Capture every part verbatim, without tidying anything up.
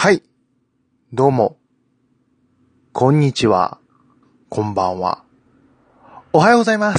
はい。どうも。こんにちは。こんばんは。おはようございます。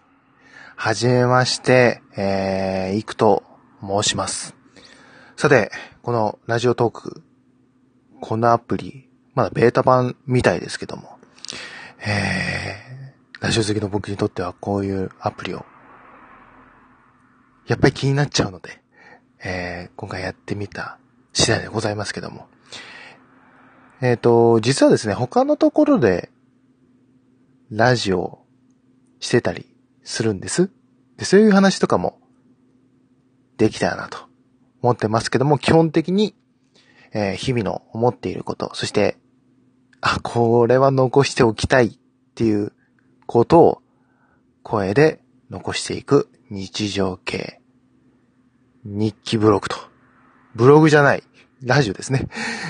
はじめまして、えー、いくと申します。さて、このラジオトーク、このアプリ、まだベータ版みたいですけども、えー、ラジオ好きの僕にとってはこういうアプリを、やっぱり気になっちゃうので、えー、今回やってみた次第でございますけども、えっと、実はですね、他のところで、ラジオしてたりするんです。で、そういう話とかもできたらなと思ってますけども、基本的に、えー、日々の思っていること、そして、あ、これは残しておきたいっていうことを声で残していく日常系日記ブログと。ブログじゃない、ラジオですね。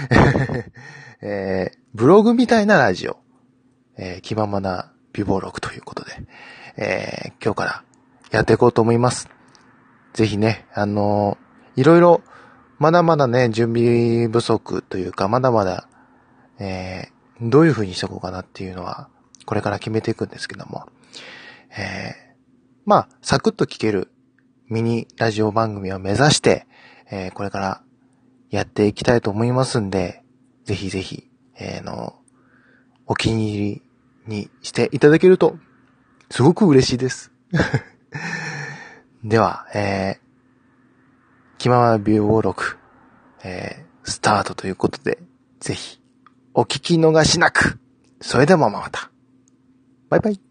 えー、ブログみたいなラジオ。えー、気ままな美貌録ということで、えー、今日からやっていこうと思います。ぜひね、あのー、いろいろ、まだまだね、準備不足というか、まだまだ、えー、どういう風にしとこうかなっていうのは、これから決めていくんですけども、えー、まあ、サクッと聞けるミニラジオ番組を目指して、えー、これからやっていきたいと思いますんで、ぜひぜひ、えー、の、お気に入りにしていただけると、すごく嬉しいです。では、えー、気ままな美貌録、えー、スタートということで、ぜひ、お聞き逃しなく。それではまた。バイバイ。